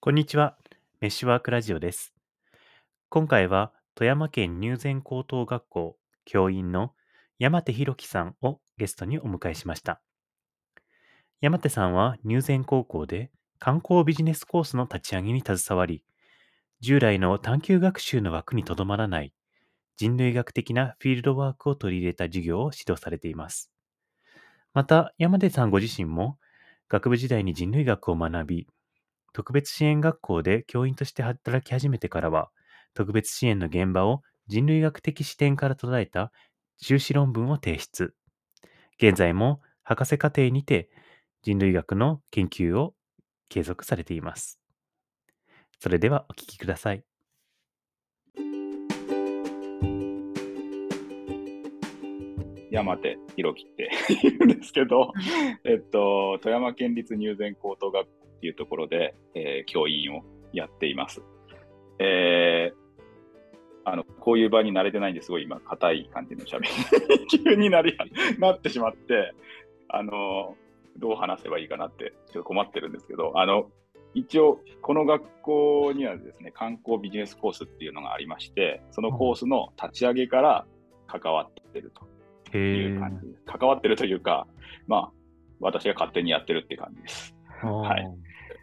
こんにちは。メッシュワークラジオです。今回は富山県入善高等学校教員の山手弘樹さんをゲストにお迎えしました。山手さんは入善高校で観光ビジネスコースの立ち上げに携わり、従来の探究学習の枠にとどまらない人類学的なフィールドワークを取り入れた授業を指導されています。また、山手さんご自身も学部時代に人類学を学び、特別支援学校で教員として働き始めてからは、特別支援の現場を人類学的視点から捉えた修士論文を提出。現在も博士課程にて人類学の研究を継続されています。それではお聞きください。 山手弘樹って言うんですけど、富山県立入善高等学校っていうところで、教員をやっています。こういう場に慣れてないんですごい今硬い感じの喋り急になってしまって、どう話せばいいかなってちょっと困ってるんですけど、一応この学校にはですね、観光ビジネスコースっていうのがありまして、そのコースの立ち上げから関わっているという感じです。関わってるというか、まあ私が勝手にやってるって感じです。はい。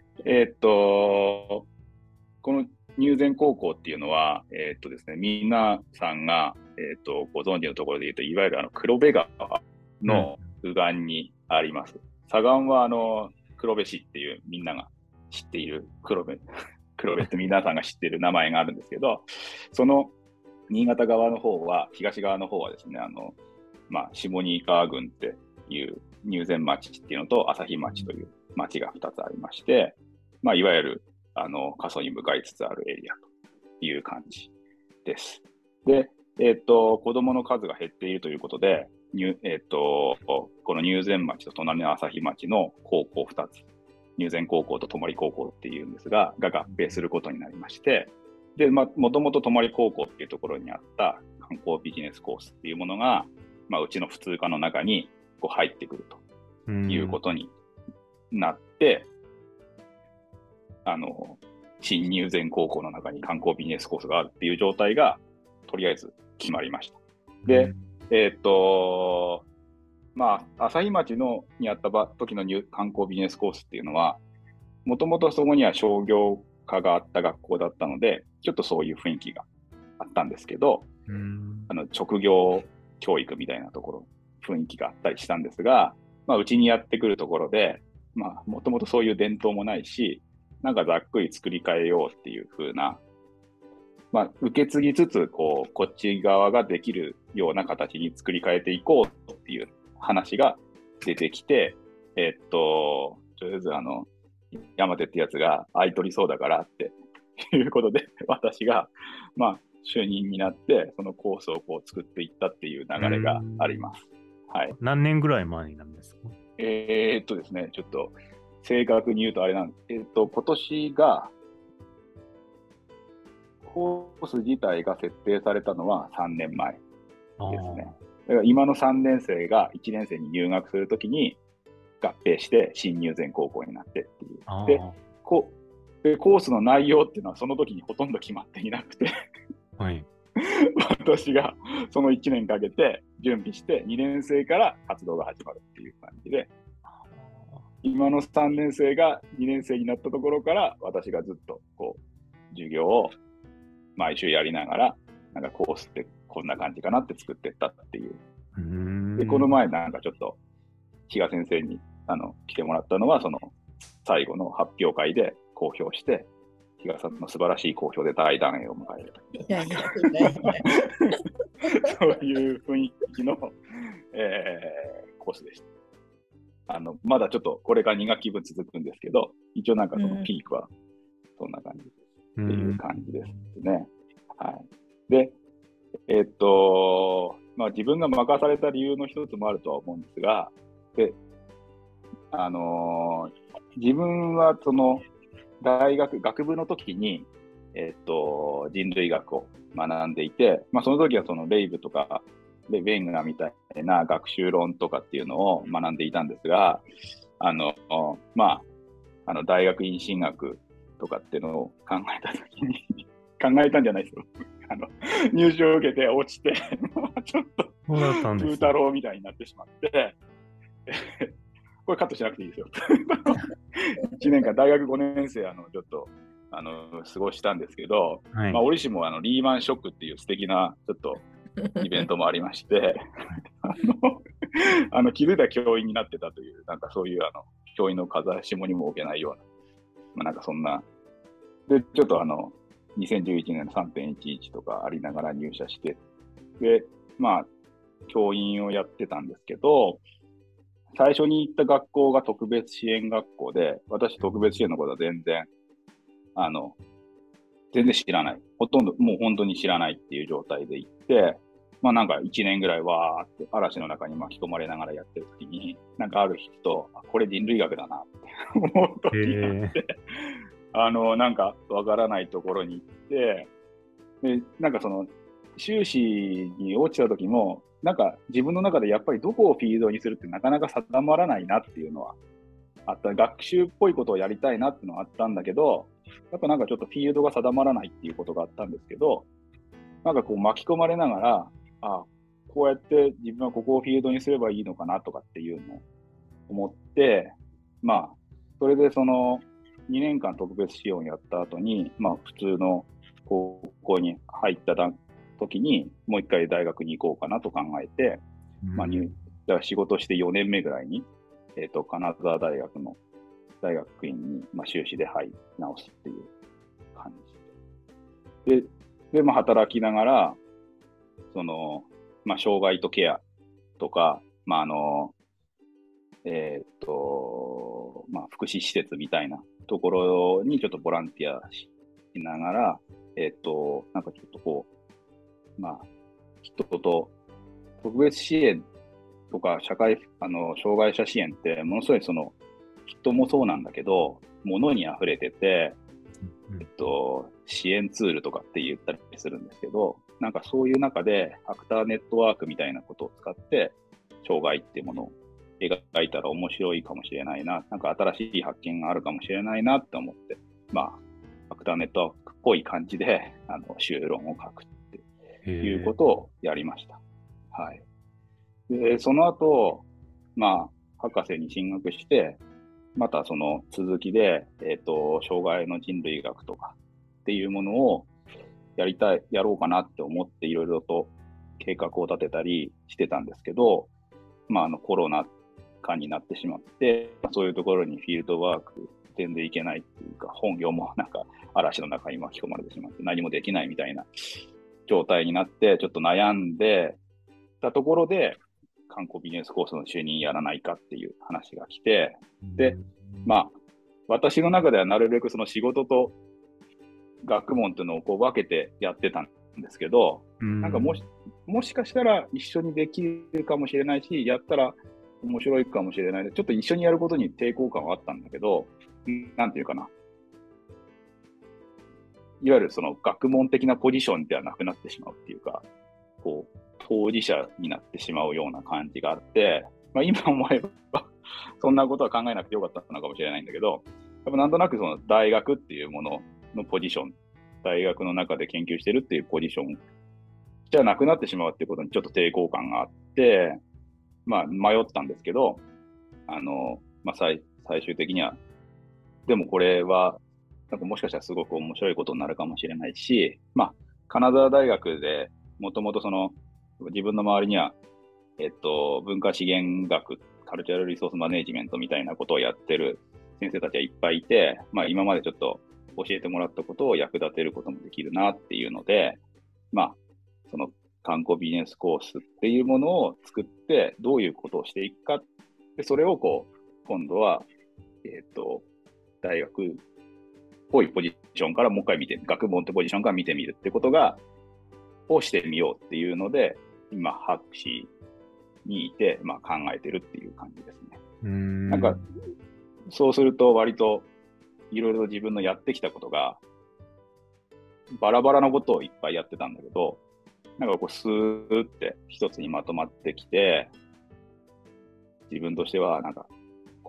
この入善高校っていうのは、ですね、皆さんが、ご存知のところで言うと、いわゆる黒部川の右岸にあります。左岸は黒部市っていうみんなが知っている黒部って皆さんが知っている名前があるんですけど、その新潟側の方は、東側の方はですね、下新川郡っていう入善町っていうのと朝日町という町が2つありまして、いわゆる過疎に向かいつつあるエリアという感じです。で、子供の数が減っているということで、この入善町と隣の朝日町の高校2つ、入善高校と泊高校っていうんですが、合併することになりまして、で、もともと泊高校っていうところにあった観光ビジネスコースっていうものが、うちの普通科の中にこう入ってくるということになって、新入善高校の中に観光ビジネスコースがあるっていう状態が、とりあえず決まりました。で、朝日町にあった時の観光ビジネスコースっていうのは、もともとそこには商業科があった学校だったので、ちょっとそういう雰囲気があったんですけど、職業教育みたいなところ、雰囲気があったりしたんですが、うちにやってくるところで、もともとそういう伝統もないし、なんかざっくり作り変えようっていう風な、受け継ぎつつ、こっち側ができるような形に作り変えていこうっていう話が出てきて、とりあえず山手ってやつが空いとりそうだからっていうことで、私が、就任になって、そのコースを作っていったっていう流れがあります。はい。 何年ぐらい前になるんですか？ ですね、ちょっと正確に言うとあれなんです。今年が、コース自体が設定されたのは3年前ですね。だから今の3年生が1年生に入学するときに合併して新入善高校になってっていう。で、コースの内容っていうのはその時にほとんど決まっていなくてはい、 私がその1年かけて準備して2年生から活動が始まるっていう感じで、今の3年生が2年生になったところから私がずっと授業を毎週やりながら、なんかコースってこんな感じかなって作ってったっていう。で、この前なんかちょっと比嘉先生に来てもらったのは、その最後の発表会で公表して、比嘉さんの素晴らしい公表で大団円を迎える。そういう雰囲気の、コースでした。まだちょっとこれから2学期分続くんですけど、一応なんかそのピークはそんな感じっていう感じですね。はい。で、自分が任された理由の一つもあるとは思うんですが、で、自分はその学部の時に、人類学を学んでいて、その時はそのレイブとかでウェンガーみたいな学習論とかっていうのを学んでいたんですが、大学院進学とかっていうのを考えたときに、考えたんじゃないですよ。入試を受けて落ちて、ちょっと、 そうだったん風ですね。 太郎みたいになってしまって、これカットしなくていいですよ。1年間、大学5年生、ちょっと、過ごしたんですけど、 はい。 折しもリーマンショックっていう素敵な、ちょっと、イベントもありまして、気づいたら教員になってたという、なんかそういう、教員の風下にも置けないような、なんかそんな、で、ちょっと2011年の3.11とかありながら入社して、で、教員をやってたんですけど、最初に行った学校が特別支援学校で、私特別支援のことは全然知らない。ほとんど、もう本当に知らないっていう状態で行って、なんか1年ぐらいわーって嵐の中に巻き込まれながらやってる時に、なんかある人と、これ人類学だなって思う時があって、なんかわからないところに行って、で、なんかその、修士に落ちた時も、なんか自分の中でやっぱりどこをフィールドにするってなかなか定まらないなっていうのはあった。学習っぽいことをやりたいなっていうのはあったんだけど、やっぱなんかちょっとフィールドが定まらないっていうことがあったんですけど、なんかこう巻き込まれながら、こうやって自分はここをフィールドにすればいいのかなとかっていうのを思って、それでその2年間特別支援をやった後に、普通の高校に入った時に、もう一回大学に行こうかなと考えて、だから仕事して4年目ぐらいに、金沢大学の大学院に、修士で入り直すっていう感じで、働きながら、その、障害とケアとか、福祉施設みたいなところにちょっとボランティアしながら、なんかちょっとこう、人と、特別支援とか障害者支援ってものすごいその、人もそうなんだけど、物に溢れてて、支援ツールとかって言ったりするんですけど、なんかそういう中でアクターネットワークみたいなことを使って、障害っていうものを描いたら面白いかもしれないな、なんか新しい発見があるかもしれないなって思って、アクターネットワークっぽい感じで、修論を書くっていうことをやりました。はい。で、その後、博士に進学して、またその続きで、障害の人類学とかっていうものをやろうかなって思っていろいろと計画を立てたりしてたんですけど、コロナ禍になってしまって、そういうところにフィールドワーク全然いけないっていうか、本業もなんか嵐の中に巻き込まれてしまって何もできないみたいな状態になって、ちょっと悩んでたところで、観光ビジネスコースの主任やらないかっていう話が来て、で、私の中ではなるべくその仕事と学問っていうのをこう分けてやってたんですけど、なんかもしかしたら一緒にできるかもしれないし、やったら面白いかもしれないで、ちょっと一緒にやることに抵抗感はあったんだけど、なんていうかな。いわゆるその学問的なポジションではなくなってしまうっていうか、こう、当事者になってしまうような感じがあって、今思えばそんなことは考えなくてよかったのかもしれないんだけど、やっぱなんとなくその大学っていうもののポジション、大学の中で研究してるっていうポジションじゃなくなってしまうっていうことにちょっと抵抗感があって、迷ったんですけど、最終的には、でもこれは、なんかもしかしたらすごく面白いことになるかもしれないし、金沢大学でもともとその自分の周りには、文化資源学、カルチャルリソースマネジメントみたいなことをやってる先生たちはいっぱいいて、今までちょっと教えてもらったことを役立てることもできるなっていうので、その観光ビジネスコースっていうものを作って、どういうことをしていくか。で、それを今度は、大学っぽいポジションからもう一回学問ってポジションから見てみるってことをしてみようっていうので、今、博士にいて、考えてるっていう感じですね。なんか、そうすると割といろいろ自分のやってきたことが、バラバラなことをいっぱいやってたんだけど、なんかスーって一つにまとまってきて、自分としてはなんか、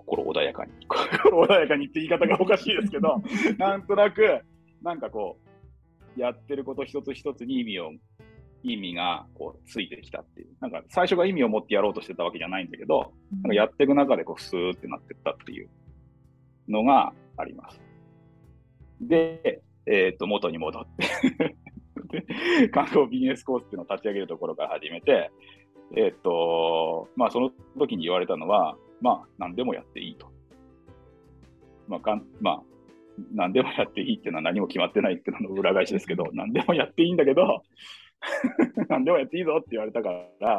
心穏やかに、心穏やかにって言い方がおかしいですけど、なんとなく、なんかこう、やってること一つ一つに意味がこうついてきたっていう。なんか最初が意味を持ってやろうとしてたわけじゃないんだけど、なんかやっていく中でこうスーってなってったっていうのがあります。で、元に戻って観光ビジネスコースっていうのを立ち上げるところから始めて、まあその時に言われたのは、まあ何でもやっていいと。まあ何でもやっていいっていうのは何も決まってないっていうのの裏返しですけど、何でもやっていいんだけど、何でもやっていいぞって言われたから、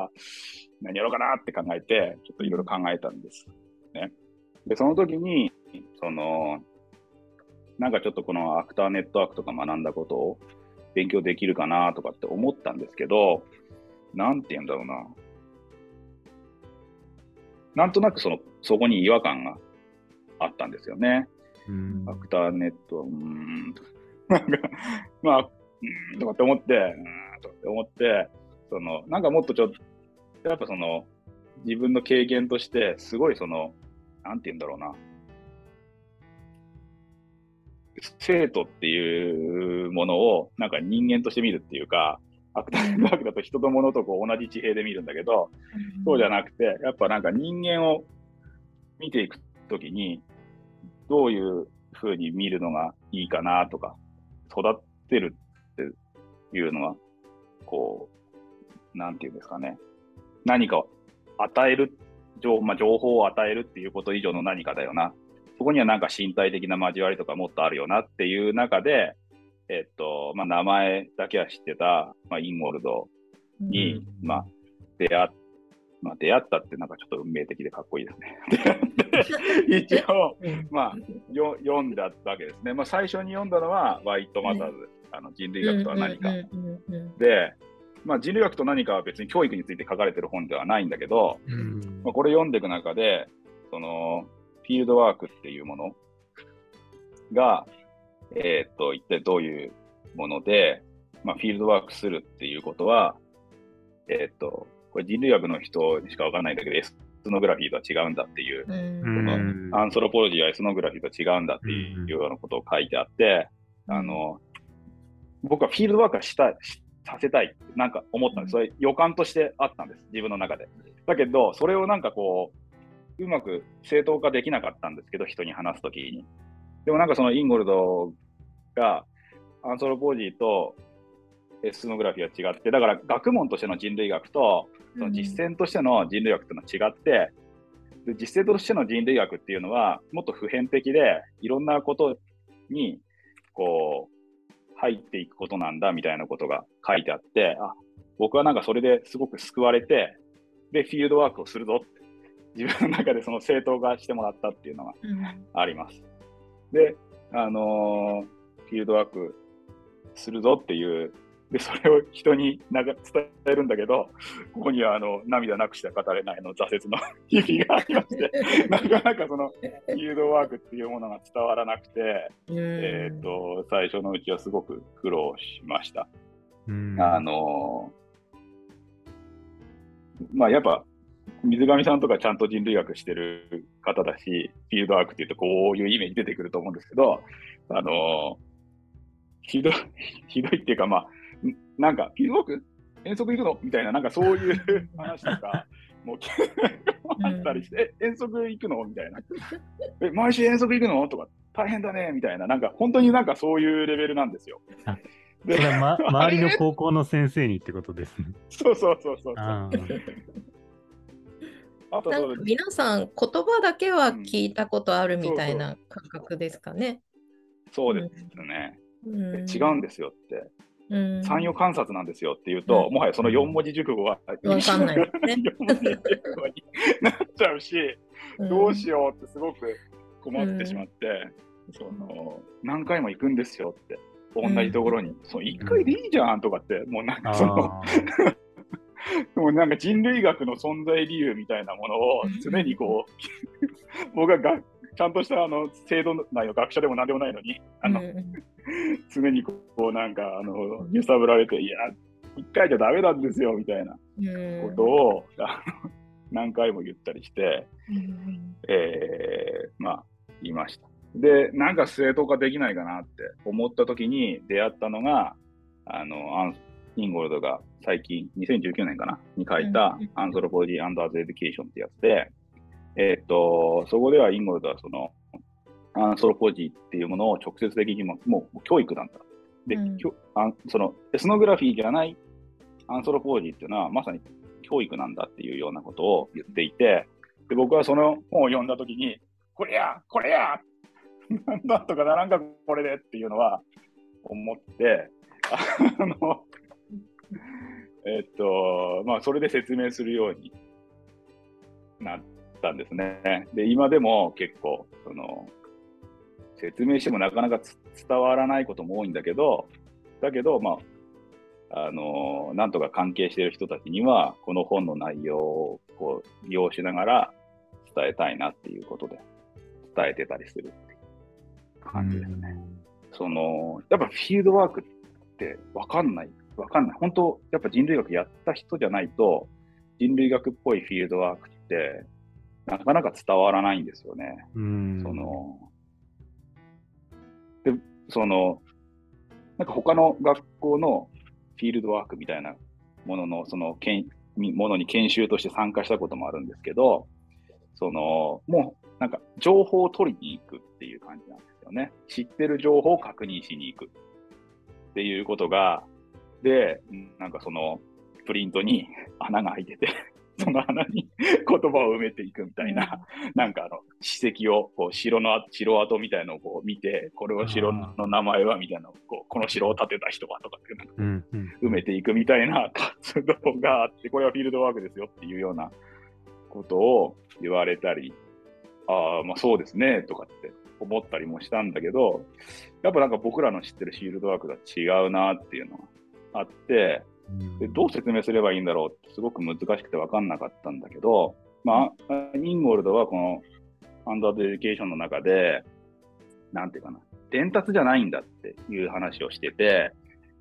何やろうかなって考えて、ちょっといろいろ考えたんです。ね。で、その時に、なんかちょっとこのアクターネットワークとか学んだことを勉強できるかなとかって思ったんですけど、なんて言うんだろうな。なんとなくそこに違和感があったんですよね。アクターネット、なんか、まあ、とかって思って、なんかもっとやっぱ自分の経験として、すごいなんて言うんだろうな。生徒っていうものを、なんか人間として見るっていうか、アクターネットワークだと人と物とこう同じ地平で見るんだけど、そうじゃなくて、やっぱなんか人間を見ていくときに、どういう風に見るのがいいかなとか、育ってるっていうのは、こう、なんていうんですかね。何かを与える、情報を与えるっていうこと以上の何かだよな。そこにはなんか身体的な交わりとかもっとあるよなっていう中で、名前だけは知ってた、インゴルドに、出会ったってなんかちょっと運命的でかっこいいですね。一応、読んだわけですね。最初に読んだのは、ワイトマターズ、人類学とは何か。で、人類学と何かは別に教育について書かれてる本ではないんだけど、これ読んでいく中で、フィールドワークっていうものが、一体どういうもので、フィールドワークするっていうことは、これ人類学の人にしかわからないんだけど、エスノグラフィーとは違うんだっていう、アンソロポロジーはエスノグラフィーとは違うんだっていうようなことを書いてあって、僕はフィールドワークはさせたいってなんか思ったんです。それ予感としてあったんです、自分の中で。だけど、それをなんかこう、うまく正当化できなかったんですけど、人に話すときに。でもなんかインゴルドが、アンソロポロジーとエスノグラフィーは違って、だから学問としての人類学と、その実践としての人類学というのは違って、で実践としての人類学っていうのは、もっと普遍的で、いろんなことに、こう、入っていくことなんだみたいなことが書いてあって、僕はなんかそれですごく救われて、で、フィールドワークをするぞって、自分の中でその正当化してもらったっていうのがあります。で、フィールドワークするぞっていう、で、それを人に伝えるんだけど、ここには涙なくしては語れない挫折の日々がありまして、なかなかフィールドワークっていうものが伝わらなくて、最初のうちはすごく苦労しました。やっぱ、水上さんとかちゃんと人類学してる方だし、フィールドワークっていうとこういうイメージ出てくると思うんですけど、ひどいっていうか、なんか、フィールドワーク遠足行くのみたいな、なんかそういう話とか、もう、あったりして、遠足行くのみたいな。毎週遠足行くのとか、大変だねみたいな、なんか、本当になんかそういうレベルなんですよ。 それは、周りの高校の先生にってことですね。 そう。 なんか皆さん、言葉だけは聞いたことあるみたいな感覚ですかね。 そうですね。違うんですよって。参与観察なんですよって言うと、もはやその4文字熟語は分かんないですね。 4文字熟語になっちゃうし、どうしようってすごく困ってしまって、何回も行くんですよって、同じところに、1回でいいじゃんとかって、もうなんかもうなんか人類学の存在理由みたいなものを常にこう、僕がちゃんとした制度内の学者でも何でもないのに、常にこうなんか揺さぶられて、いや、1回じゃダメなんですよみたいなことを何回も言ったりして、まあ、言いました。で、なんか正当化できないかなって思った時に出会ったのが、インゴルドが最近、2019年かなに書いた、アンソロポロジー・アンダーズ・エデュケーションってやつで、そこではインゴルドはその、アンソロポロジーっていうものを直接的にもう教育なんだ。で、そのエスノグラフィーじゃないアンソロポロジーっていうのはまさに教育なんだっていうようなことを言っていて、で僕はその本を読んだときに、これやなんとかならんかこれでっていうのは思って、まあ、それで説明するようになったんですね。で、今でも結構、説明してもなかなか伝わらないことも多いんだけど、まあ、なんとか関係している人たちには、この本の内容をこう利用しながら伝えたいなっていうことで、伝えてたりするっていう感じですね。やっぱフィールドワークってわかんない。本当、やっぱ人類学やった人じゃないと、人類学っぽいフィールドワークって、なかなか伝わらないんですよね。なんか他の学校のフィールドワークみたいなものの、ものに研修として参加したこともあるんですけど、もうなんか情報を取りに行くっていう感じなんですよね。知ってる情報を確認しに行くっていうことが、で、なんかプリントに穴が開いてて、その穴に言葉を埋めていくみたいな、なんか史跡を、こう城跡みたいなのをこう見て、これは城の名前はみたいなのをこの城を建てた人はとかってなんか埋めていくみたいな活動があって、これはフィールドワークですよっていうようなことを言われたり、まあそうですねとかって思ったりもしたんだけど、やっぱなんか僕らの知ってるフィールドワークとは違うなっていうのがあって、でどう説明すればいいんだろうってすごく難しくて分かんなかったんだけど、まあ、インゴルドはこのアンダードエデュケーションの中で、なんていうかな、伝達じゃないんだっていう話をしてて、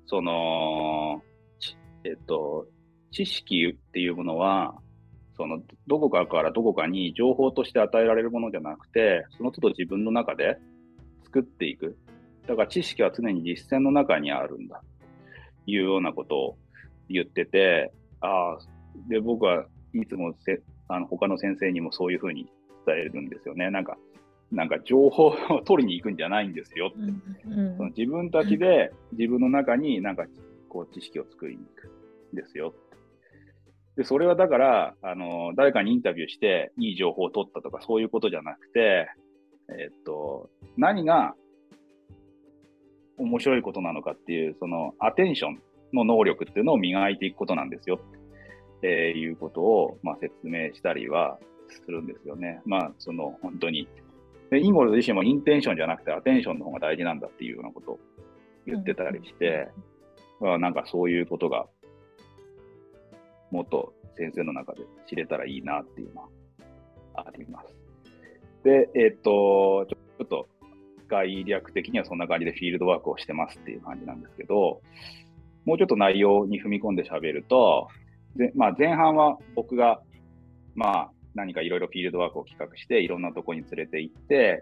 知識っていうものは、どこかからどこかに情報として与えられるものじゃなくて、その都度自分の中で作っていく。だから知識は常に実践の中にあるんだというようなことを言ってて、で、僕はいつも他の先生にもそういうふうに伝えるんですよね。なんか情報を取りに行くんじゃないんですよって。その自分たちで自分の中になんかこう知識を作りに行くんですよ。で、それはだから、誰かにインタビューしていい情報を取ったとかそういうことじゃなくて、何が面白いことなのかっていう、アテンションの能力っていうのを磨いていくことなんですよっていうことを、まあ、説明したりはするんですよね。まあ、本当に。で、インゴルド自身もインテンションじゃなくてアテンションの方が大事なんだっていうようなことを言ってたりして、なんかそういうことがもっと先生の中で知れたらいいなっていうのはあります。で、ちょっと概略的にはそんな感じでフィールドワークをしてますっていう感じなんですけど、もうちょっと内容に踏み込んで喋ると、まあ、前半は僕が、まあ、何かいろいろフィールドワークを企画して、いろんなとこに連れて行って、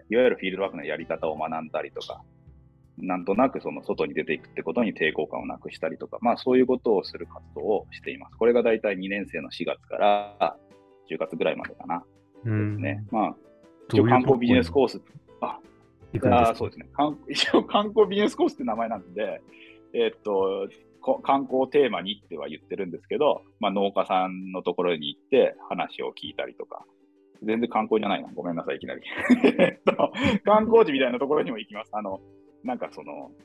いわゆるフィールドワークのやり方を学んだりとか、なんとなく外に出ていくってことに抵抗感をなくしたりとか、まあそういうことをする活動をしています。これが大体2年生の4月から10月ぐらいまでかな。ですね。まあ、一応観光ビジネスコース、そうですね。一応観光ビジネスコースって名前なんで、観光をテーマにっては言ってるんですけど、まあ農家さんのところに行って話を聞いたりとか、全然観光じゃないな。ごめんなさい、いきなり。観光地みたいなところにも行きます。なんか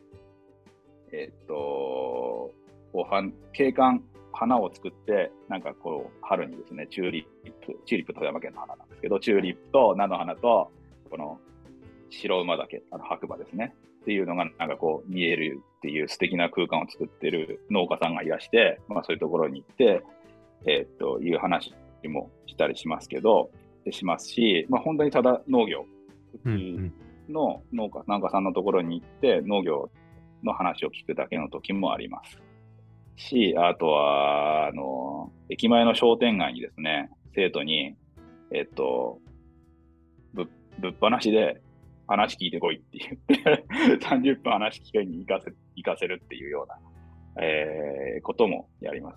景観、花を作って、なんかこう、春にですね、チューリップ富山県の花なんですけど、チューリップと菜の花と、この白馬岳、白馬ですね。っていうのが、なんかこう、見えるっていう素敵な空間を作ってる農家さんがいらして、まあそういうところに行って、いう話もしたりしますけど、しますし、まあ本当にただ農業、の農家さんのところに行って農業の話を聞くだけの時もありますし、あとは駅前の商店街にですね、 生徒に、ぶっ放しで話聞いてこいって言って30分話聞きに行かせるっていうような、こともやります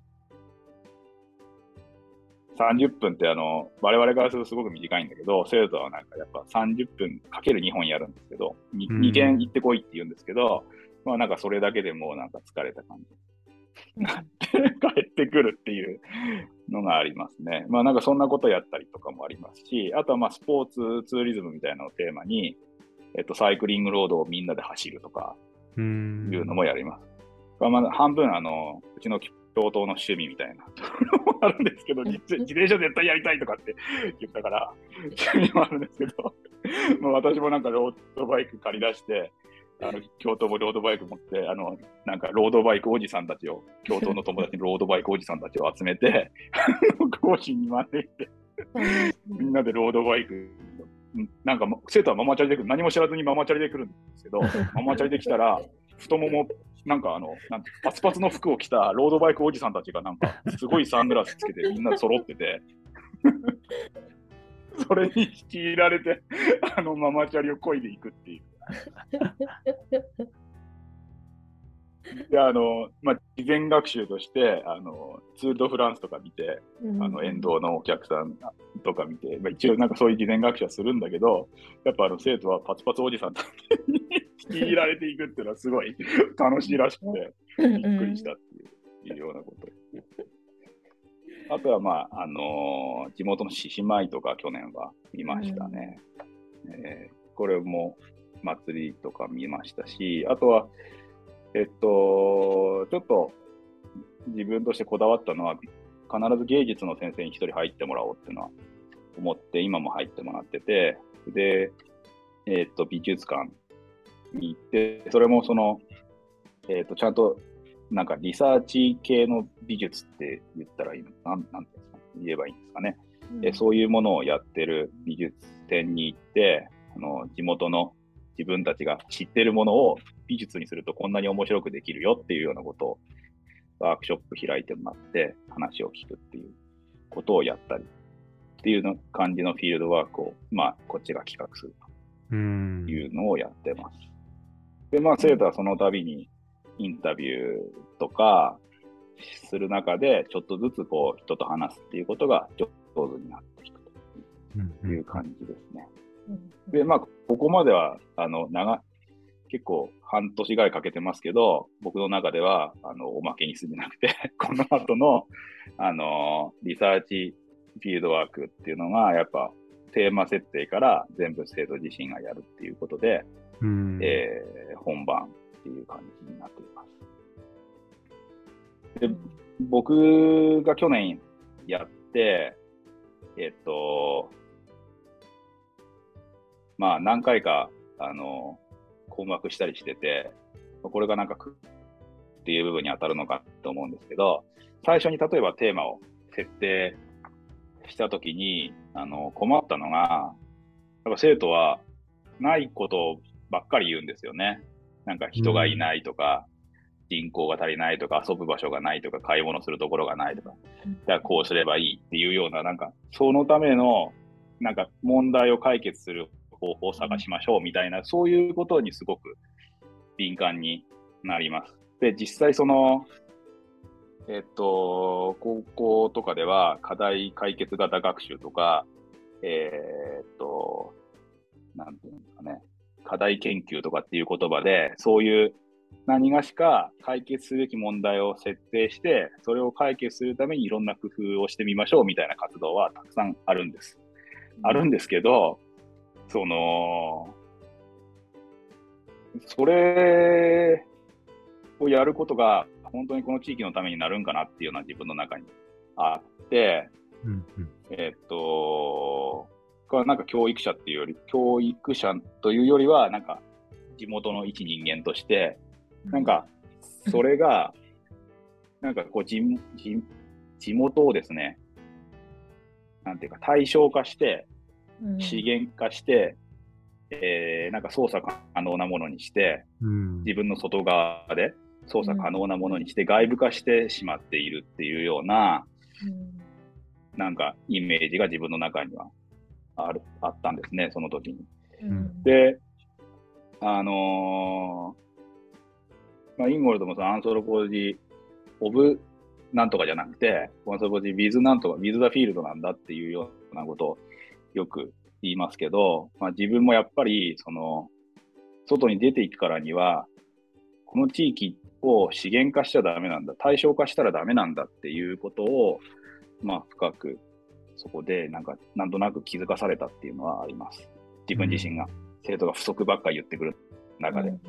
。30分って我々からするとすごく短いんだけど、生徒はなんかやっぱ30分かける2本やるんですけど、2件行ってこいって言うんですけど、まあなんかそれだけでもうなんか疲れた感じになって帰ってくるっていうのがありますね。まあなんかそんなことやったりとかもありますし、あとはまあスポーツツーリズムみたいなのをテーマに、サイクリングロードをみんなで走るとかいうのもやります。まあ、半分うちの教頭の趣味みたいなところもあるんですけど、自転車絶対やりたいとかって言ったから趣味もあるんですけどまあ私もなんかロードバイク借り出して教頭もロードバイク持ってなんかロードバイクおじさんたちを教頭の友達にロードバイクおじさんたちを集めて講師に招いてみんなでロードバイクなんか生徒はママチャリで来る、何も知らずにママチャリで来るんですけどママチャリで来たら太ももなんかなんてパツパツの服を着たロードバイクおじさんたちがなんかすごいサングラスつけてみんなで揃っててそれに引き入られてママチャリを漕いでいくっていうでまあ、事前学習としてツール・ド・フランスとか見て沿道のお客さんとか見て、まあ、一応なんかそういう事前学習はするんだけど、やっぱ生徒はパツパツおじさんに引き入られていくっていうのはすごい楽しいらしくてびっくりしたっていうようなこと。あとはまあ地元の獅子舞とか去年は見ましたね。これも祭りとか見ましたし、あとはちょっと自分としてこだわったのは、必ず芸術の先生に一人入ってもらおうっていうのは思って、今も入ってもらってて、で、美術館に行って、それもちゃんとなんかリサーチ系の美術って言ったらいいのなんて言えばいいんですかね。そういうものをやってる美術展に行って、地元の自分たちが知ってるものを美術にするとこんなに面白くできるよっていうようなことをワークショップ開いてもらって話を聞くっていうことをやったりっていう感じのフィールドワークを、まあ、こっちが企画するというのをやってます。で、まあ、生徒はその度にインタビューとかする中でちょっとずつこう人と話すっていうことが上手になっていくという感じですね。で、まあ、ここまでは、結構半年ぐらいかけてますけど、僕の中では、おまけに過ぎなくて、この後の、リサーチフィールドワークっていうのが、やっぱ、テーマ設定から全部生徒自身がやるっていうことで、本番っていう感じになっています。で、僕が去年やって、まあ何回か、困惑したりしてて、これがなんかっていう部分に当たるのかと思うんですけど、最初に例えばテーマを設定したときに、困ったのが、やっぱ生徒はないことばっかり言うんですよね。なんか人がいないとか、人口が足りないとか、遊ぶ場所がないとか、買い物するところがないとか、だからこうすればいいっていうような、なんかそのためのなんか問題を解決する方法を探しましょうみたいな、そういうことにすごく敏感になります。で、実際高校とかでは課題解決型学習とか、なんていうんですかね、課題研究とかっていう言葉で、そういう何がしか解決すべき問題を設定して、それを解決するためにいろんな工夫をしてみましょうみたいな活動はたくさんあるんです。あるんですけど、それをやることが本当にこの地域のためになるんかなっていうのは自分の中にあって、なんか教育者っていうより、教育者というよりは、なんか地元の一人間として、なんかそれが、なんかこう地元をですね、なんていうか対象化して、資源化して、なんか操作可能なものにして、自分の外側で操作可能なものにして、外部化してしまっているっていうような、 なんかイメージが自分の中にはあったんですね、その時に。 うん、 で、インゴルドもそのアンソロポジー・オブなんとかじゃなくて、アンソロポジー・ウィズなんとか、ウィズ・ザ・フィールドなんだっていうようなことをよく言いますけど、自分もやっぱり、外に出ていくからには、この地域を資源化しちゃダメなんだ、対象化したらダメなんだっていうことを、深くそこでなんとなく気づかされたっていうのはあります。自分自身が、生徒が不足ばっかり言ってくる中で。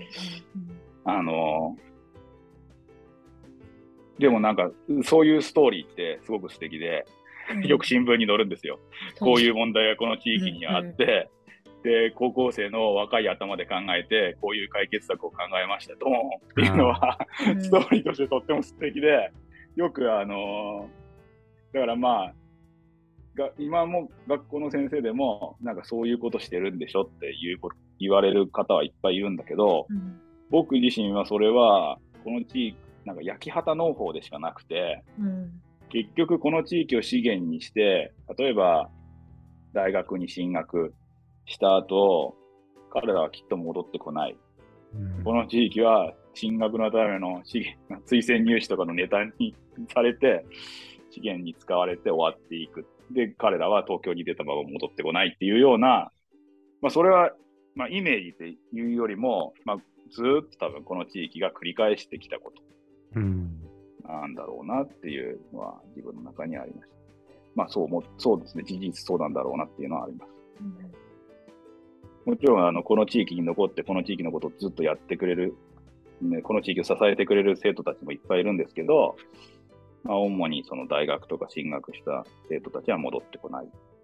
でもそういうストーリーってすごく素敵で、よく新聞に載るんですよ。こういう問題がこの地域にあって、で、高校生の若い頭で考えて、こういう解決策を考えましたとっていうのは、ストーリーとしてとっても素敵で、よくだから今も学校の先生でも、そういうことしてるんでしょって言われる方はいっぱいいるんだけど、僕自身はそれは、この地域、焼き畑農法でしかなくて、結局この地域を資源にして、例えば大学に進学した後、彼らはきっと戻ってこない。この地域は進学のための推薦入試とかのネタにされて、資源に使われて終わっていく。で、彼らは東京に出たまま戻ってこないっていうような、それは、イメージっていうよりも、ずーっと多分この地域が繰り返してきたことなんだろうなっていうのは自分の中にありました。そうですね、事実そうなんだろうなっていうのはあります。もちろんこの地域に残ってこの地域のことをずっとやってくれる、この地域を支えてくれる生徒たちもいっぱいいるんですけど、主にその大学とか進学した生徒たちは戻ってこない。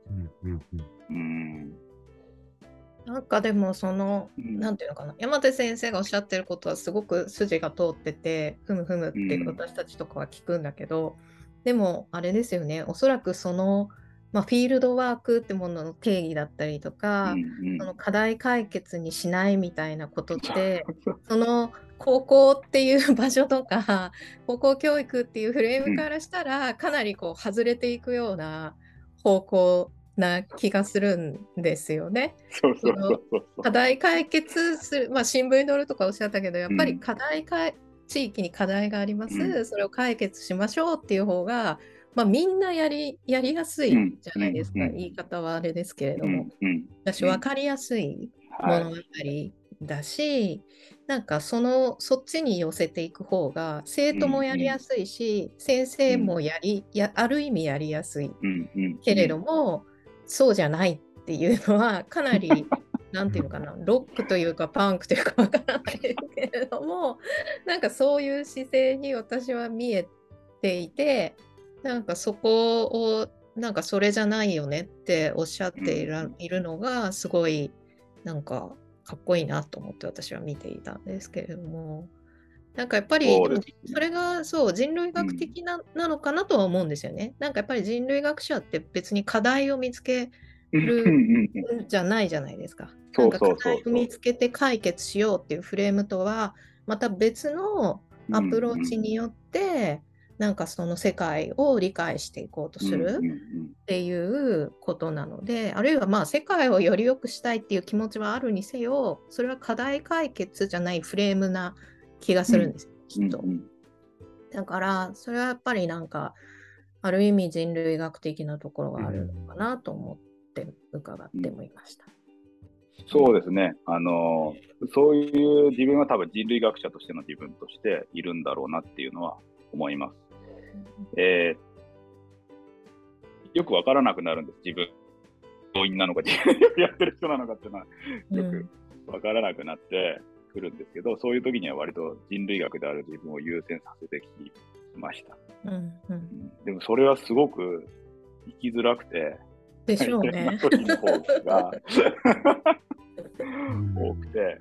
でもなんていうのかな、山手先生がおっしゃってることはすごく筋が通ってて、ふむふむって私たちとかは聞くんだけど、でもあれですよね、おそらくフィールドワークってものの定義だったりとか、その課題解決にしないみたいなことって、その高校っていう場所とか、高校教育っていうフレームからしたら、かなり外れていくような方向な気がするんですよね。課題解決する、新聞に載るとかおっしゃったけど、やっぱり地域に課題があります、それを解決しましょうっていう方が、みんなやりやすいじゃないですか、言い方はあれですけれども、私分かりやすい物語だし、そっちに寄せていく方が生徒もやりやすいし、先生もある意味やりやすいけれども、そうじゃないっていうのはかなりなんていうのかな、ロックというかパンクというかわからないけれども、そういう姿勢に私は見えていて、そこをそれじゃないよねっておっしゃっているのがすごいかっこいいなと思って私は見ていたんですけれども、やっぱりそれが人類学的なのかなとは思うんですよね。やっぱり人類学者って別に課題を見つけるんじゃないじゃないですか。課題を見つけて解決しようっていうフレームとはまた別のアプローチによってその世界を理解していこうとするっていうことなので、あるいは世界をより良くしたいっていう気持ちはあるにせよ、それは課題解決じゃないフレームな気がするんですよ、きっと。だからそれはやっぱりある意味人類学的なところがあるのかなと思って伺ってもいました。 そうですね。そういう自分は多分人類学者としての自分としているんだろうなっていうのは思います。よくわからなくなるんです。自分、教員なのか、やってる人なのかっていうのは、よくわからなくなってくるんですけど、そういう時には割と人類学である自分を優先させてきました。でもそれはすごく生きづらくて、 でしょうね。 時の方が多くて、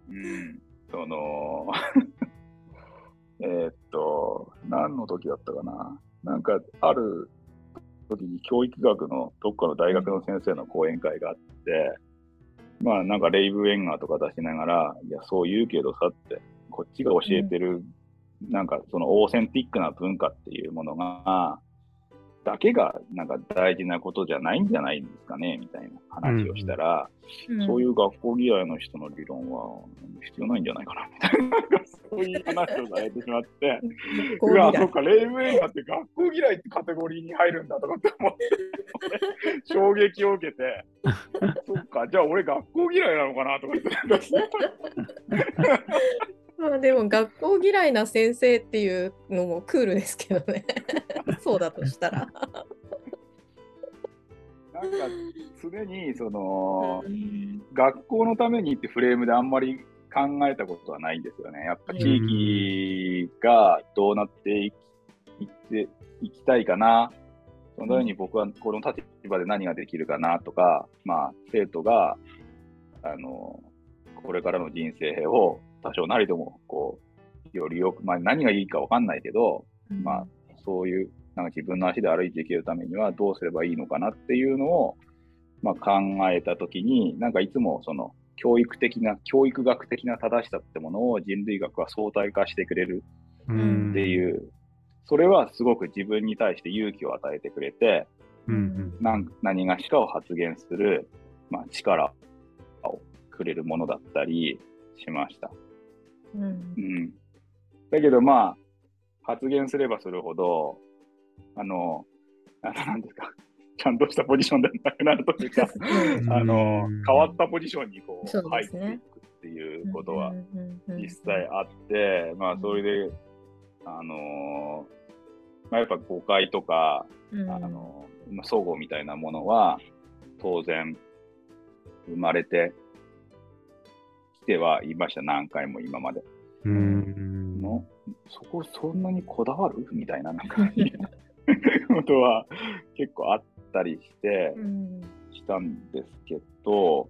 何の時だったかな。ある時に教育学のどっかの大学の先生の講演会があって、レイブ・ウェンガーとか出しながら、いや、そう言うけどさって、こっちが教えてる、そのオーセンティックな文化っていうものが、 だけがなんか大事なことじゃないんじゃないんですかねみたいな話をしたら、そういう学校嫌いの人の理論は必要ないんじゃないかなみたいな、そういう話をされてしまって、うわ、そっか、レイム映画って学校嫌いってカテゴリーに入るんだとかって思って、衝撃を受けて、そっか、じゃあ俺学校嫌いなのかなとかってまあでも学校嫌いな先生っていうのもクールですけどね。そうだとしたら。 なんか常にその、学校のためにってフレームであんまり考えたことはないんですよね。やっぱ地域がどうなっていきたいかな。そのように僕はこの立場で何ができるかなとか、まあ生徒がこれからの人生を多少なりともこうよりよく、まあ何がいいかわかんないけど、まあそういうなんか自分の足で歩いていけるためにはどうすればいいのかなっていうのを、まあ、考えたときに、なんかいつもその教育学的な正しさってものを人類学は相対化してくれるっていう、それはすごく自分に対して勇気を与えてくれて、何がしかを発言する、まあ、力をくれるものだったりしました。だけどまあ、発言すればするほど、なんですか、ちゃんとしたポジションでなくなるというか、変わったポジションにこう入っていくっていうことは実際あって、まあそれで、まあ、やっぱ誤解とか、齟齬みたいなものは当然生まれてきてはいました、何回も今まで。そんなにこだわるみたいな、なんかことは結構あったりしたんですけど、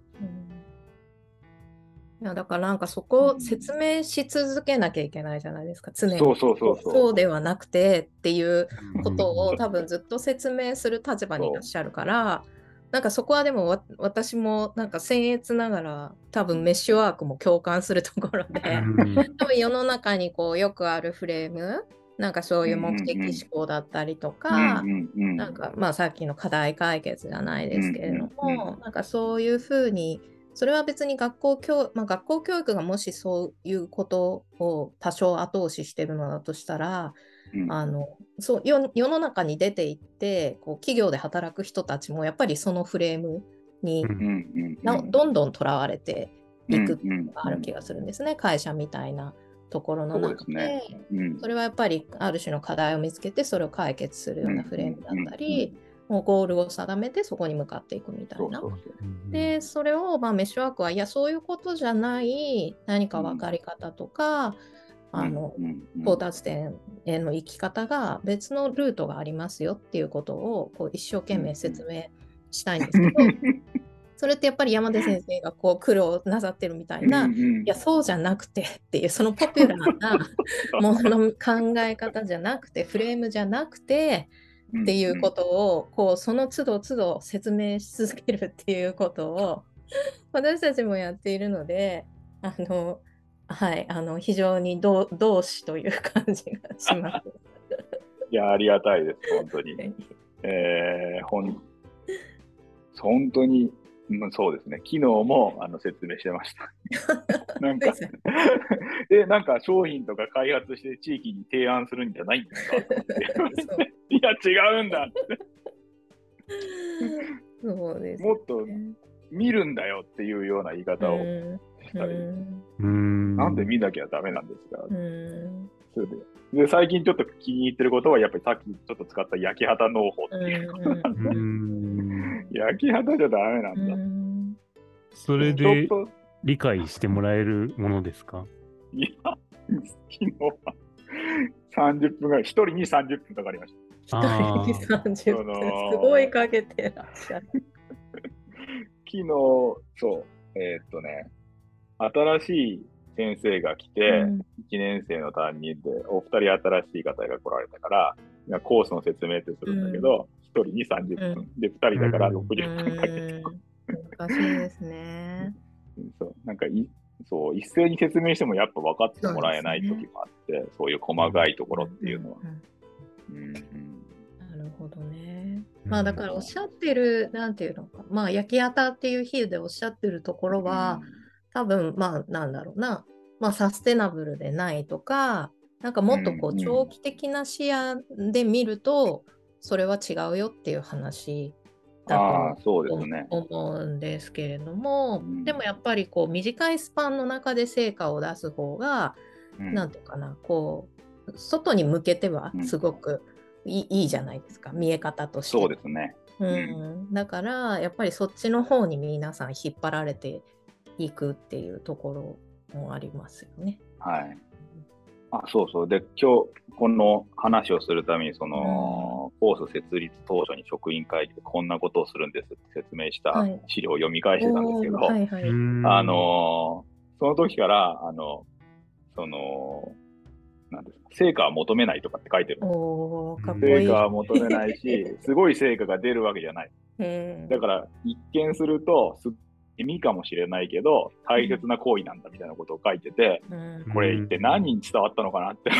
いやだからなんかそこを説明し続けなきゃいけないじゃないですか、常に。 そうではなくてっていうことを多分ずっと説明する立場にいらっしゃるから、なんかそこはでも私もなんか僭越ながら多分メッシュワークも共感するところで、多分世の中にこうよくあるフレーム、なんかそういう目的思考だったりとか、なんかまあさっきの課題解決じゃないですけれども、なんかそういうふうに、それは別に学校教育がもしそういうことを多少後押ししてるのだとしたら、そう世の中に出ていってこう企業で働く人たちもやっぱりそのフレームにどんどんとらわれていくっていうのがある気がするんですね、会社みたいなところの中で。それはやっぱりある種の課題を見つけてそれを解決するようなフレームだったり、もうゴールを定めてそこに向かっていくみたいな。でそれをまあメッシュワークはいやそういうことじゃない何か分かり方とか、到達点への生き方が別のルートがありますよっていうことをこう一生懸命説明したいんですけど、それってやっぱり山手先生がこう苦労なさってるみたいな、いやそうじゃなくてっていう、そのポピュラーなものの考え方じゃなくてフレームじゃなくてっていうことをこうその都度都度説明し続けるっていうことを私たちもやっているので、はい、非常に同志という感じがします。 いや、ありがたいです、本当に。本当に、そうですね、昨日も説明してました。なんかなんか商品とか開発して地域に提案するんじゃないんですかいや、違うんだって。 そうですね、 もっと見るんだよっていうような言い方をしたり、なんで見なきゃダメなんですか。それで最近ちょっと気に入ってることはやっぱりさっきちょっと使った焼き畑農法っていうことなんで、焼き畑じゃダメなんだ。 それで理解してもらえるものですか？ いや、昨日は30分ぐらい、1人に30分かかりました。 1人に30分、すごいかけてらっしゃる。 昨日、そう、新しい先生が来て、1年生の担任で、お二人新しい方が来られたから、コースの説明ってするんだけど、1人に30分、で、2人だから60分かけて。 難しいですね。 そう、なんかそう一斉に説明してもやっぱ分かってもらえない時もあって、そういう細かいところっていうのは。 なるほどね。 まあだからおっしゃってる、なんていうのか、まあ焼き当たっていう比喩でおっしゃってるところは、多分まあなんだろうな、まあサステナブルでないとか、なんかもっとこう長期的な視野で見ると、それは違うよっていう話だとそうですね。 思うんですけれども、でもやっぱりこう短いスパンの中で成果を出す方が、なんていうかな、こう外に向けてはすごくいいじゃないですか、見え方として。 そうですね。 だからやっぱりそっちの方に皆さん引っ張られていくっていうところもありますよね。 はい。そうそう。で、今日この話をするために、その、コース設立当初に職員会議でこんなことをするんですって説明した資料を読み返してたんですけど、その時から、なんですか、成果は求めないとかって書いてるんです。 かっこいい。 成果は求めないし、すごい成果が出るわけじゃない。だから、一見すると、意味かもしれないけど、大切な行為なんだみたいなことを書いてて、これ一体何人伝わったのかなって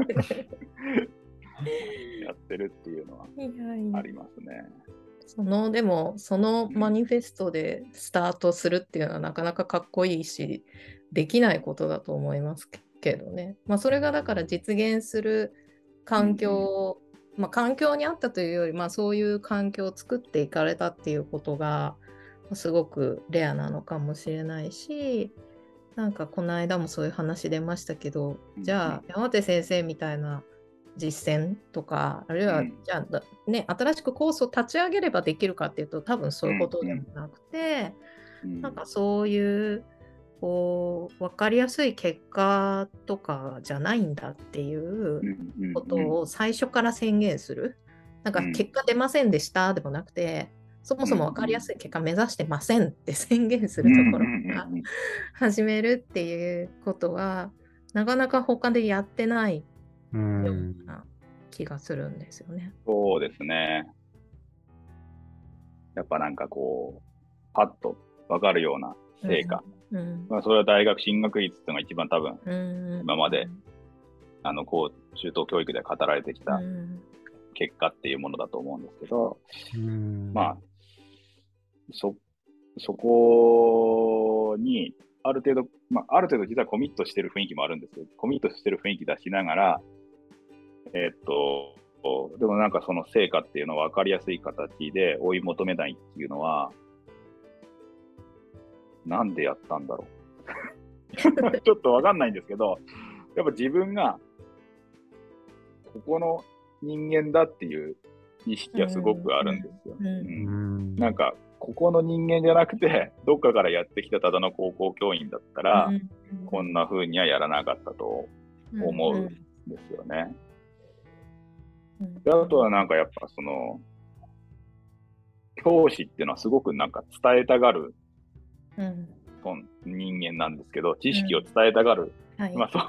やってるっていうのはありますね。 でもそのマニフェストでスタートするっていうのはなかなかかっこいいし、できないことだと思いますけどね。まあそれがだから実現する環境、まあ環境にあったというより、まあそういう環境を作っていかれたっていうことがすごくレアなのかもしれないし、なんかこの間もそういう話出ましたけど、じゃあ山手先生みたいな実践とか、あるいはじゃあね、新しくコースを立ち上げればできるかっていうと多分そういうことでもなくて、なんかそういうこう分かりやすい結果とかじゃないんだっていうことを最初から宣言する。なんか結果出ませんでしたでもなくて、そもそも分かりやすい結果目指してませんって宣言するところから始めるっていうことはなかなか他でやってないような気がするんですよね。 そうですね。やっぱなんかこう、パッと分かるような成果。まあそれは大学進学率っていうのが一番多分、今まで、こう、中等教育で語られてきた結果っていうものだと思うんですけど、まあ、そこに、ある程度実はコミットしてる雰囲気もあるんですけど、コミットしてる雰囲気出しながら、でもなんかその成果っていうのは分かりやすい形で追い求めないっていうのは、なんでやったんだろう。ちょっと分かんないんですけど、やっぱ自分が、ここの人間だっていう意識はすごくあるんですよ。なんか、ここの人間じゃなくて、どっかからやってきたただの高校教員だったら、こんな風にはやらなかったと思うんですよね。であとはなんかやっぱその、教師っていうのはすごくなんか伝えたがる、人間なんですけど、知識を伝えたがる。まあそう。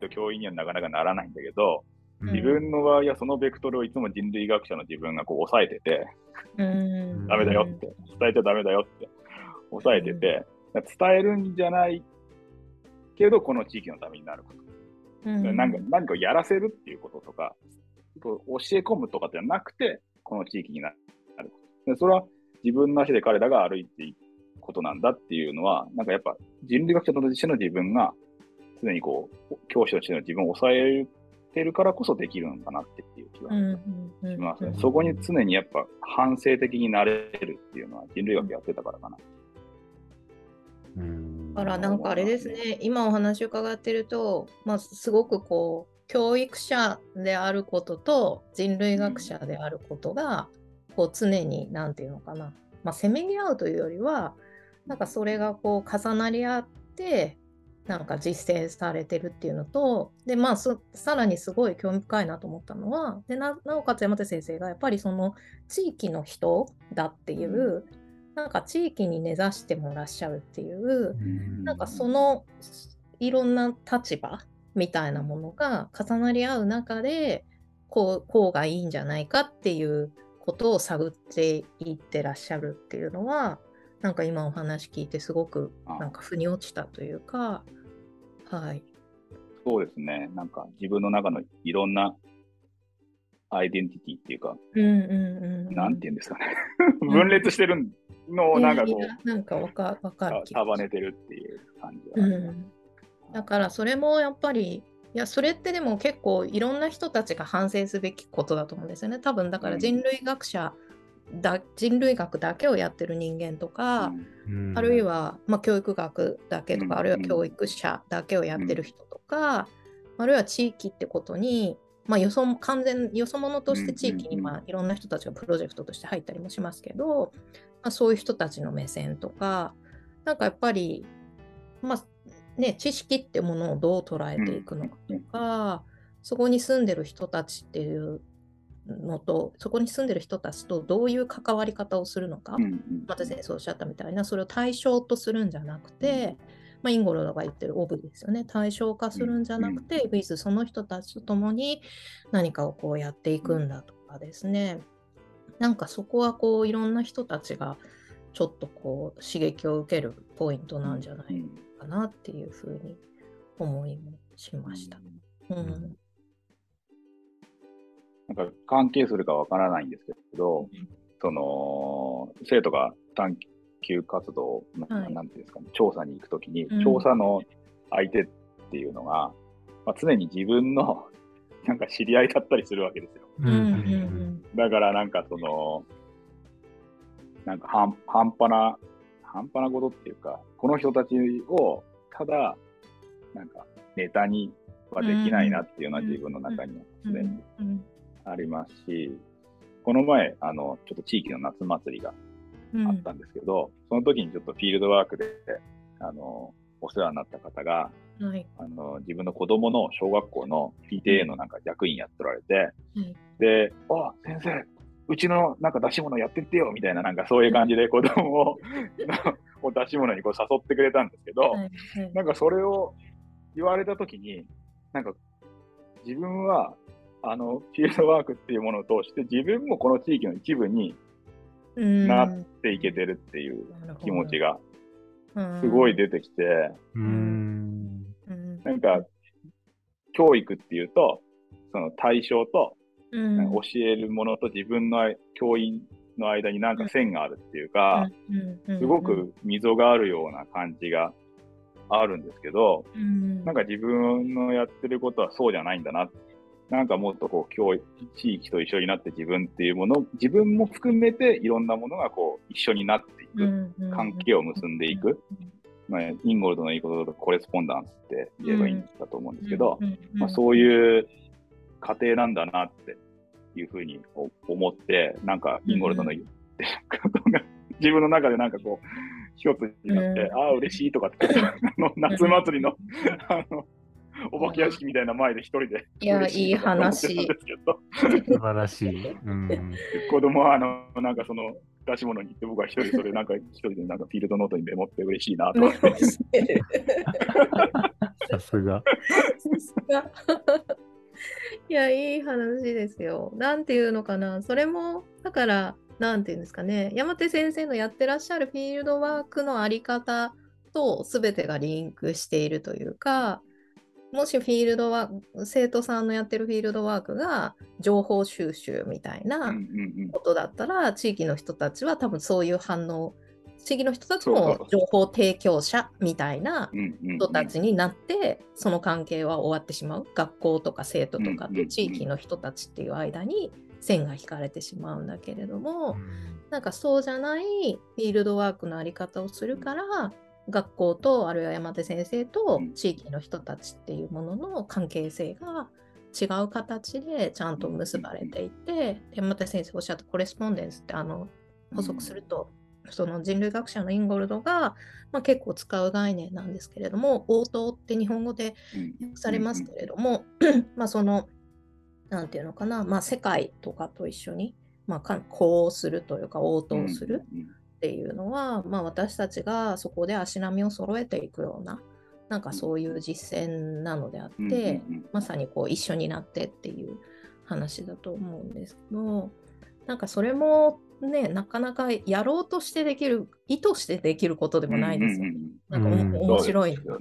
教員にはなかなかならないんだけど、自分の場合はそのベクトルをいつも人類学者の自分がこう抑えてて、ダメだよって、伝えちゃダメだよって抑えてて、伝えるんじゃないけど、この地域のためになること。何かをやらせるっていうこととか、教え込むとかではなくて、この地域になること。でそれは自分の足で彼らが歩いていくことなんだっていうのは、なんかやっぱ人類学者としての自分が常にこう、教師としての自分を抑えてるからこそできるのかなっていう気がしますね。そこに常にやっぱ反省的になれるっていうのは人類学やってたからかな。 だからなんかあれですね、今お話を伺ってると、まあ、すごくこう教育者であることと人類学者であることが、こう常に何て言うのかな、まあ、せめぎ合うというよりは、なんかそれがこう重なり合ってなんか実践されてるっていうのと、でまあさらにすごい興味深いなと思ったのは、で なおかつ山手先生がやっぱりその地域の人だっていう、なんか地域に根ざしてもらっしゃるっていう、なんかそのいろんな立場みたいなものが重なり合う中で、こうがいいんじゃないかっていうことを探っていってらっしゃるっていうのは、なんか今お話聞いてすごくなんか腑に落ちたというか、はい。 そうですね。なんか自分の中のいろんなアイデンティティっていうか、 うんうんうん。 なんていうんですかね。分裂してるのをなんかこう、 なんかわかる気が束ねてるっていう感じはあります。 うん。だからそれもやっぱり、いや、それってでも結構いろんな人たちが反省すべきことだと思うんですよね。多分だから人類学だけをやってる人間とか、あるいは、教育学だけとか、あるいは教育者だけをやってる人とか、あるいは地域ってことに、完全よそ者として地域にいろんな人たちがプロジェクトとして入ったりもしますけど、そういう人たちの目線とか、なんかやっぱり、知識ってものをどう捉えていくのかとか、そこに住んでる人たちっていうのと、そこに住んでる人たちとどういう関わり方をするのか、また先生おっしゃったみたいな、それを対象とするんじゃなくて、インゴルドが言ってるオブですよね、対象化するんじゃなくて、with その人たちと共に何かをこうやっていくんだとかですね、なんかそこはこういろんな人たちがちょっとこう刺激を受けるポイントなんじゃないかなっていうふうに思いもしました。 なんか関係するかわからないんですけど、その生徒が探究活動、なんていうんですかね、調査に行くときに、調査の相手っていうのが、常に自分のなんか知り合いだったりするわけですよ。だからなんかその、なんか半端なことっていうか、この人たちをただ、なんかネタにはできないなっていうのは自分の中にはすでにありますし、この前、ちょっと地域の夏祭りがあったんですけど、その時にちょっとフィールドワークで、お世話になった方が、自分の子供の小学校の PTA のなんか役員やっておられて、で、先生、うちのなんか出し物やってってよみたいな、なんかそういう感じで子供を出し物にこう誘ってくれたんですけど、なんかそれを言われた時に、なんか自分はフィールドワークっていうものを通して自分もこの地域の一部になっていけてるっていう気持ちがすごい出てきて、なんか教育っていうとその対象と教えるものと自分の教員の間になんか線があるっていうか、すごく溝があるような感じがあるんですけど、なんか自分のやってることはそうじゃないんだな。なんかもっとこう地域と一緒になって自分っていうもの、自分も含めていろんなものがこう一緒になっていく、関係を結んでいく。インゴルドの言いことだとコレスポンダンスって言えばいいんだと思うんですけど、そういう過程なんだなっていうふうに思って、なんかインゴルドの言ってることが自分の中でなんかこう一つになって、嬉しいとかって夏祭りのお化け屋敷みたいな前で一人でいい話。 素晴らしい。 子供はなんかその出し物に行って僕は一人それなんか一人でなんかフィールドノートにメモって嬉しいなと思って。 さすが。 いや、いい話ですよ。なんていうのかな。それも、だから、なんていうんですかね。山手先生のやってらっしゃるフィールドワークのあり方と全てがリンクしているというか、もしフィールドワーク、生徒さんのやってるフィールドワークが情報収集みたいなことだったら、地域の人たちは多分そういう反応、地域の人たちも情報提供者みたいな人たちになって、その関係は終わってしまう。学校とか生徒とかと地域の人たちっていう間に線が引かれてしまうんだけれども、なんかそうじゃないフィールドワークのあり方をするから、学校とあるいは山手先生と地域の人たちっていうものの関係性が違う形でちゃんと結ばれていて、山手先生おっしゃったコレスポンデンスって補足すると、その人類学者のインゴルドが、結構使う概念なんですけれども、応答って日本語で訳されますけれども、そのなんていうのかな、世界とかと一緒に、こうするというか応答するっていうのは、私たちがそこで足並みを揃えていくような、なんかそういう実践なのであって、まさにこう一緒になってっていう話だと思うんですけど、なんかそれもね、なかなかやろうとしてできる、意図してできることでもないですよね。なんか面白い。 ですよね。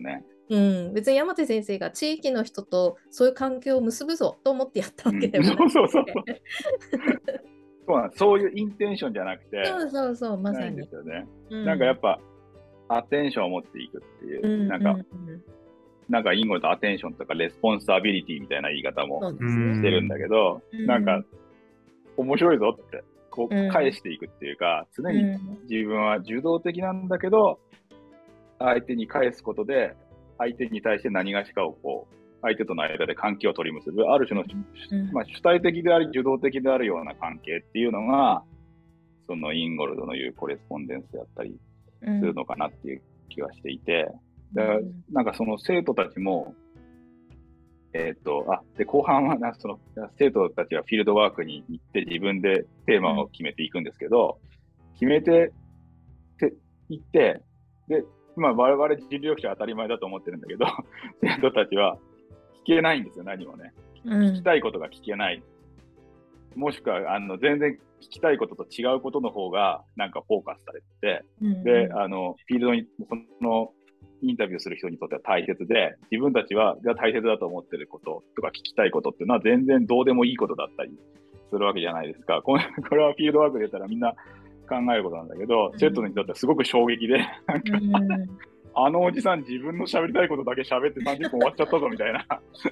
別に山手先生が地域の人とそういう関係を結ぶぞと思ってやったわけではない、 そうそうそうそう。そうなんです。そういうインテンションじゃなくて、 そうそうそう、まさにないんです。よね。なんかやっぱ、アテンションを持っていくっていう、なんかインゴとアテンションとかレスポンサビリティみたいな言い方もしてるんだけど、なんか面白いぞって、こう返していくっていうか、常に自分は受動的なんだけど、相手に返すことで、相手に対して何がしかをこう、相手との間で関係を取り結ぶ、ある種の、主体的であり、受動的であるような関係っていうのが、そのインゴルドの言うコレスポンデンスだったりするのかなっていう気がしていて、なんかその生徒たちも、で、後半はその生徒たちはフィールドワークに行って自分でテーマを決めていくんですけど、決めていって、で、我々人力車は当たり前だと思ってるんだけど、生徒たちは聞けないんですよ、何もね。聞きたいことが聞けない。もしくは、全然聞きたいことと違うことの方が、なんかフォーカスされてて、で、フィールドに、その、インタビューする人にとっては大切で、自分たちが大切だと思ってることとか聞きたいことっていうのは全然どうでもいいことだったりするわけじゃないですか。これはフィールドワークで言ったらみんな考えることなんだけど、生徒にとってはすごく衝撃で、なんか、あのおじさん自分の喋りたいことだけ喋って30分終わっちゃったぞみたいな。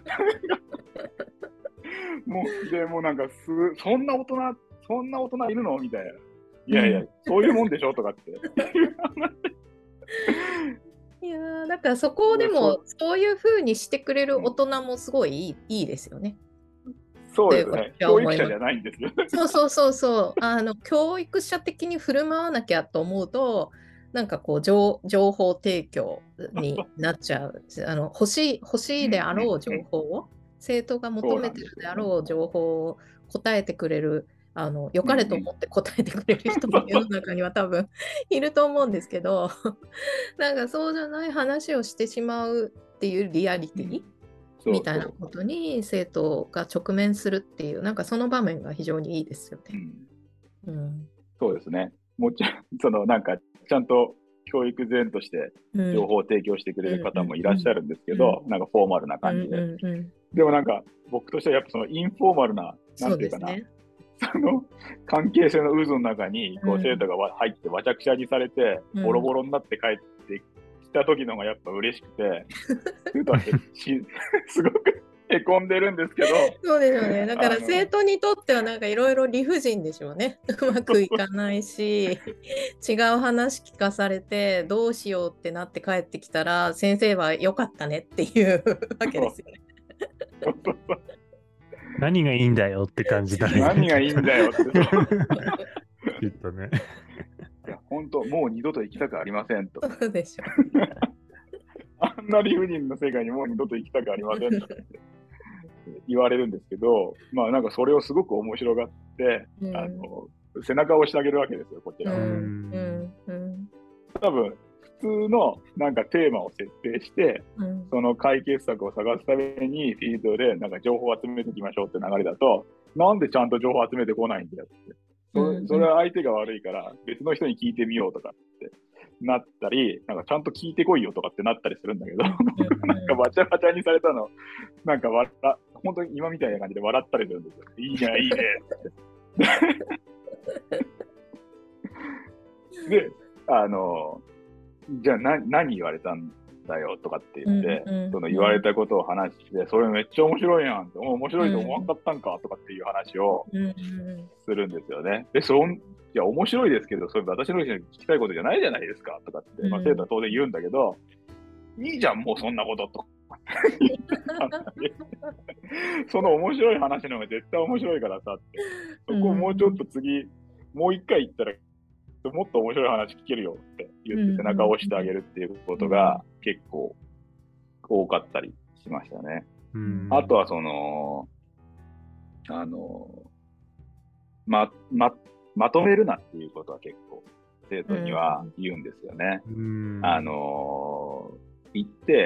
もうなんかそんな大人いるのみたいな。いやいや、そういうもんでしょとかって。 いやー、だからそこをでもそういう風にしてくれる大人もすごいいいですよね。 そうですね。教育者じゃないんですよ。 そう。教育者的に振る舞わなきゃと思うと、なんかこう情報提供になっちゃう。欲しいであろう情報を、生徒が求めてるであろう情報を答えてくれる、良かれと思って答えてくれる人も世の中には多分いると思うんですけど、なんかそうじゃない話をしてしまうっていうリアリティみたいなことに生徒が直面するっていう、なんかその場面が非常にいいですよね。 そうですね。もちろん、なんかちゃんと教育前として情報を提供してくれる方もいらっしゃるんですけど、なんかフォーマルな感じで。でもなんか僕としてはやっぱそのインフォーマルな、なんていうかな、その関係性の渦の中にこう生徒が入ってわちゃくちゃにされて、ボロボロになって帰ってきた時のがやっぱ嬉しくて、すごくへこんでるんですけど。 そうでしょうね。だから生徒にとってはなんかいろいろ理不尽でしょうね。うまくいかないし、違う話聞かされてどうしようってなって帰ってきたら、先生は良かったねっていうわけですよね。 何がいいんだよって感じだね。 何がいいんだよって。 きっとね。 いや、本当、もう二度と行きたくありませんと。 そうでしょ。 あんな理不尽な世界にもう二度と行きたくありませんと言われるんですけど、なんかそれをすごく面白がって、背中を押してあげるわけですよ、こちらは。多分、普通のなんかテーマを設定して、その解決策を探すためにフィールドでなんか情報を集めていきましょうって流れだと、なんでちゃんと情報を集めてこないんだよって。それは相手が悪いから別の人に聞いてみようとかってなったり、なんかちゃんと聞いてこいよとかってなったりするんだけど、なんかバチャバチャにされたの、なんか本当に今みたいな感じで笑ったりするんですよ。いいね、いいねって。で、じゃあ何言われたんだよとかって言って、その言われたことを話して、それめっちゃ面白いやんって、面白いと思わんかったんかとかっていう話をするんですよね。で、いや、面白いですけど、それ私の人に聞きたいことじゃないじゃないですかとかって、生徒は当然言うんだけど、いいじゃん、もうそんなことと。その面白い話の方が絶対面白いからさって、そこをもうちょっと次、もう一回言ったら、もっと面白い話聞けるよって言って背中を押してあげるっていうことが結構多かったりしましたね。あとはまとめるなっていうことは結構生徒には言うんですよね。言って、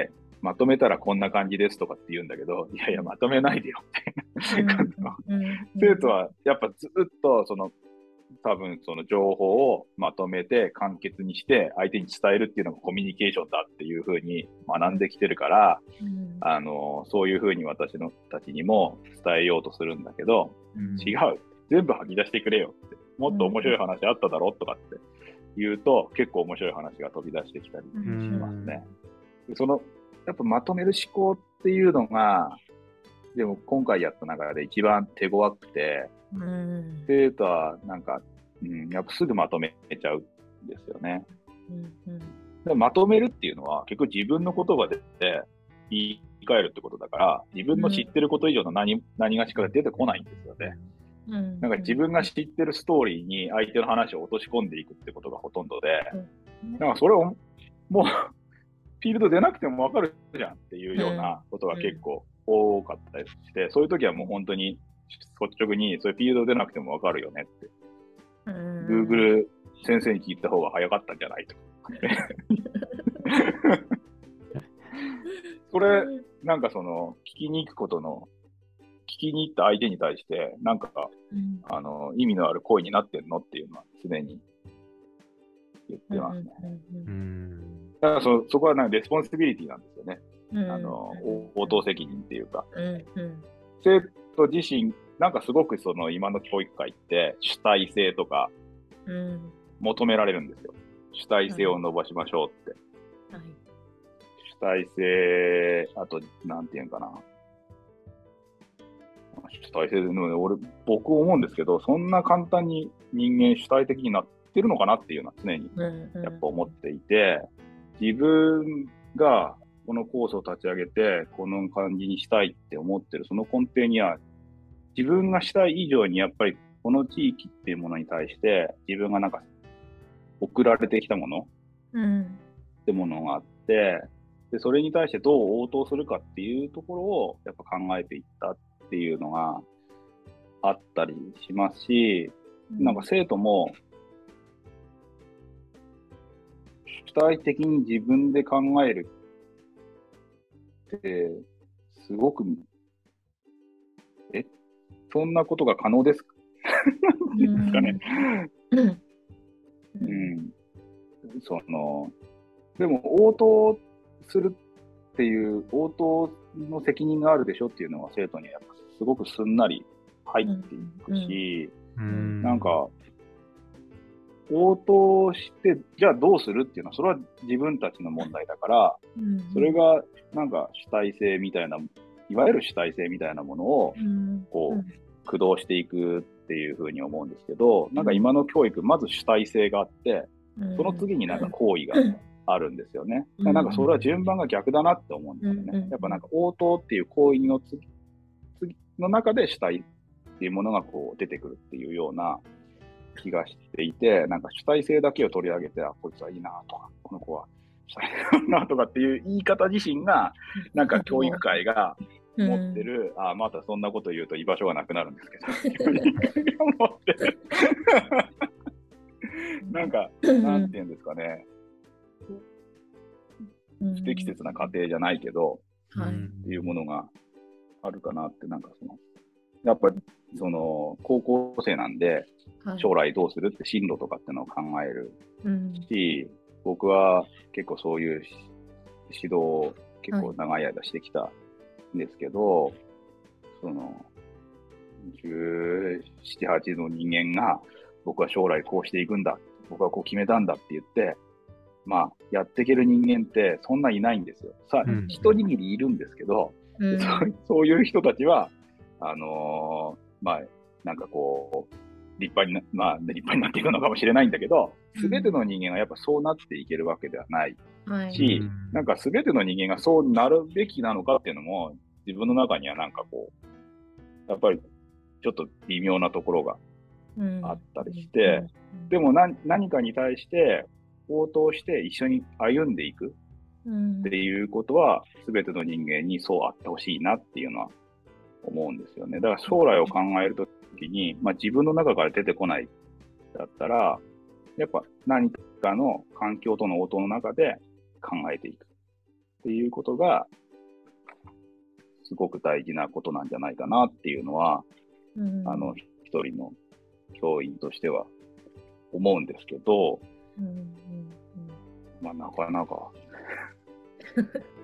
まとめたらこんな感じですとかって言うんだけど、いやいや、まとめないでよって。生徒はやっぱずっ多分その情報をまとめて簡潔にして相手に伝えるっていうのがコミュニケーションだっていうふうに学んできてるから、そういうふうに私たちにも伝えようとするんだけど、違う。全部吐き出してくれよって。もっと面白い話あっただろとかって言うと、結構面白い話が飛び出してきたりしますね。やっぱまとめる思考っていうのが、でも今回やった中で一番手強くて、生徒はなんか、やっぱすぐまとめちゃうんですよね。でまとめるっていうのは結局自分の言葉で言い換えるってことだから、自分の知ってること以上の何がしか出てこないんですよね。なんか自分が知ってるストーリーに相手の話を落とし込んでいくってことがほとんどで、なんかそれをもうフィールド出なくてもわかるじゃんっていうようなことが結構多かったりして、そういう時はもう本当に率直にそういうフィールド出なくてもわかるよねって。Google 先生に聞いた方が早かったんじゃないとか。それ、なんかその、聞きに行った相手に対して、なんか、意味のある行為になってんのっていうのは常に言ってますね。だからそこはなんかレスポンシビリティなんですよね。応答責任っていうか。生徒自身、なんかすごくその今の教育界って主体性とか求められるんですよ。主体性を伸ばしましょうって。主体性、あと、なんていうかな。主体性で、僕思うんですけど、そんな簡単に人間主体的になってるのかなっていうのは常にやっぱ思っていて、自分がこのコースを立ち上げて、この感じにしたいって思ってる、その根底には、自分がしたい以上にやっぱりこの地域っていうものに対して、自分がなんか送られてきたものってものがあって、で、それに対してどう応答するかっていうところをやっぱ考えていったっていうのがあったりしますし、なんか生徒も主体的に自分で考えるって、すごく、そんなことが可能ですかですかね。でも応答するっていう応答の責任があるでしょっていうのは生徒にはやっぱすごくすんなり入っていくし、なんか応答してじゃあどうするっていうのはそれは自分たちの問題だから、それがなんか主体性みたいな、いわゆる主体性みたいなものをこう駆動していくっていうふうに思うんですけど、なんか今の教育まず主体性があって、その次になんか行為があるんですよね。なんかそれは順番が逆だなって思うんですよね。やっぱなんか応答っていう行為の次の中で主体っていうものがこう出てくるっていうような気がしていて、なんか主体性だけを取り上げて、こいつはいいなとか、この子は主体性だなとかっていう言い方自身が、なんか教育界が持ってる、またそんなこと言うと居場所がなくなるんですけど、持ってるなんか、なんていうんですかね、不適切な過程じゃないけど、っていうものがあるかなって、なんかやっぱり高校生なんで、将来どうするって進路とかってのを考えるし、僕は結構そういう指導を結構長い間してきたんですけど、17、8の人間が僕は将来こうしていくんだ、僕はこう決めたんだって言って、やっていける人間ってそんないないんですよ。一握りいるんですけど、そういう人たちは、なんかこう、立派になっていくのかもしれないんだけど、すべての人間がやっぱそうなっていけるわけではないし、なんかすべての人間がそうなるべきなのかっていうのも、自分の中にはなんかこう、やっぱりちょっと微妙なところがあったりして、でも何かに対して応答して一緒に歩んでいくっていうことは、すべての人間にそうあってほしいなっていうのは思うんですよね。だから将来を考えるときに、自分の中から出てこないだったら、やっぱ何かの環境との応答の中で考えていくっていうことが、すごく大事なことなんじゃないかなっていうのは、一人の教員としては思うんですけど、 うんうんまあ、なかなか